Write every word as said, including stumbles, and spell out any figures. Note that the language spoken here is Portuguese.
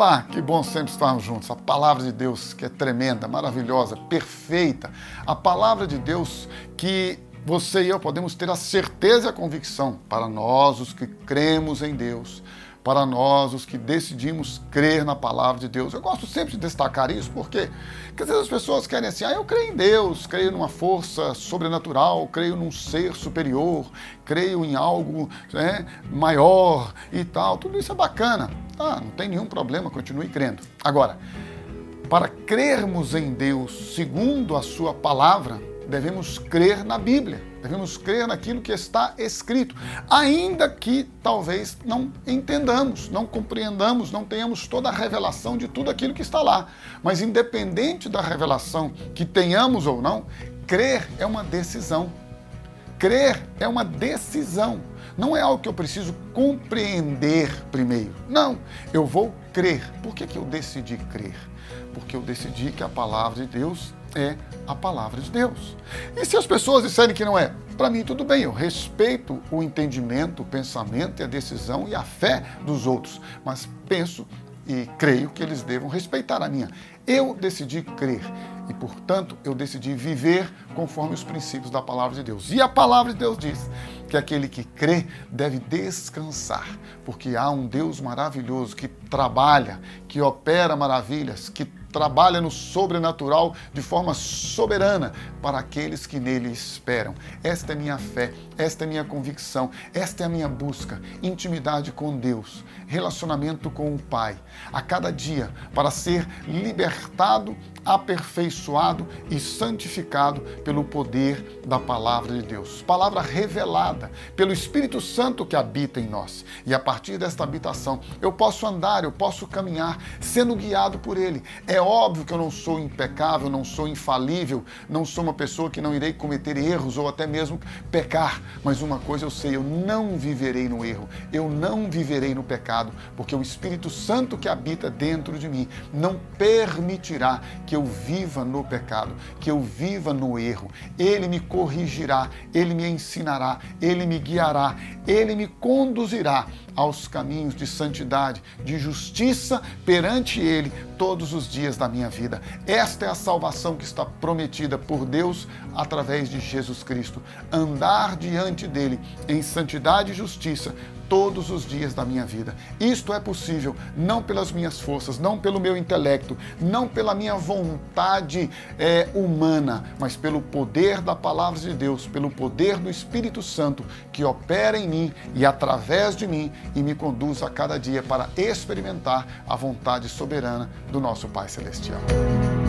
Olá, que bom sempre estarmos juntos. A palavra de Deus que é tremenda, maravilhosa, perfeita. A palavra de Deus que você e eu podemos ter a certeza e a convicção para nós, os que cremos em Deus, para nós, os que decidimos crer na palavra de Deus. Eu gosto sempre de destacar isso, porque, porque às vezes as pessoas querem assim, ah, eu creio em Deus, creio numa força sobrenatural, creio num ser superior, creio em algo, né, maior e tal. Tudo isso é bacana, tá? Não tem nenhum problema, continue crendo. Agora, para crermos em Deus segundo a sua palavra, devemos crer na Bíblia, devemos crer naquilo que está escrito, ainda que talvez não entendamos, não compreendamos, não tenhamos toda a revelação de tudo aquilo que está lá. Mas independente da revelação que tenhamos ou não, crer é uma decisão. Crer é uma decisão. Não é algo que eu preciso compreender primeiro. Não, eu vou crer. Por que que eu decidi crer? Porque eu decidi que a palavra de Deus é a palavra de Deus. E se as pessoas disserem que não é, para mim tudo bem, eu respeito o entendimento, o pensamento e a decisão e a fé dos outros, mas penso e creio que eles devam respeitar a minha. Eu decidi crer e, portanto, eu decidi viver conforme os princípios da palavra de Deus. E a palavra de Deus diz que aquele que crê deve descansar, porque há um Deus maravilhoso que trabalha, que opera maravilhas, que trabalha no sobrenatural de forma soberana para aqueles que nele esperam. Esta é minha fé, esta é minha convicção, esta é a minha busca, intimidade com Deus, relacionamento com o Pai, a cada dia para ser libertado, aperfeiçoado e santificado pelo poder da palavra de Deus. Palavra revelada pelo Espírito Santo que habita em nós. E a partir desta habitação eu posso andar, eu posso caminhar sendo guiado por Ele. É óbvio que eu não sou impecável, não sou infalível, não sou uma pessoa que não irei cometer erros ou até mesmo pecar. Mas uma coisa eu sei, eu não viverei no erro, eu não viverei no pecado, porque o Espírito Santo que habita dentro de mim não permitirá que eu viva no pecado, que eu viva no erro. Ele me corrigirá, Ele me ensinará, Ele me guiará, Ele me conduzirá aos caminhos de santidade, de justiça perante Ele todos os dias da minha vida. Esta é a salvação que está prometida por Deus através de Jesus Cristo. Andar diante dEle em santidade e justiça todos os dias da minha vida. Isto é possível não pelas minhas forças, não pelo meu intelecto, não pela minha vontade é, humana, mas pelo poder da palavra de Deus, pelo poder do Espírito Santo que opera em mim e através de mim e me conduz a cada dia para experimentar a vontade soberana do nosso Pai Celestial.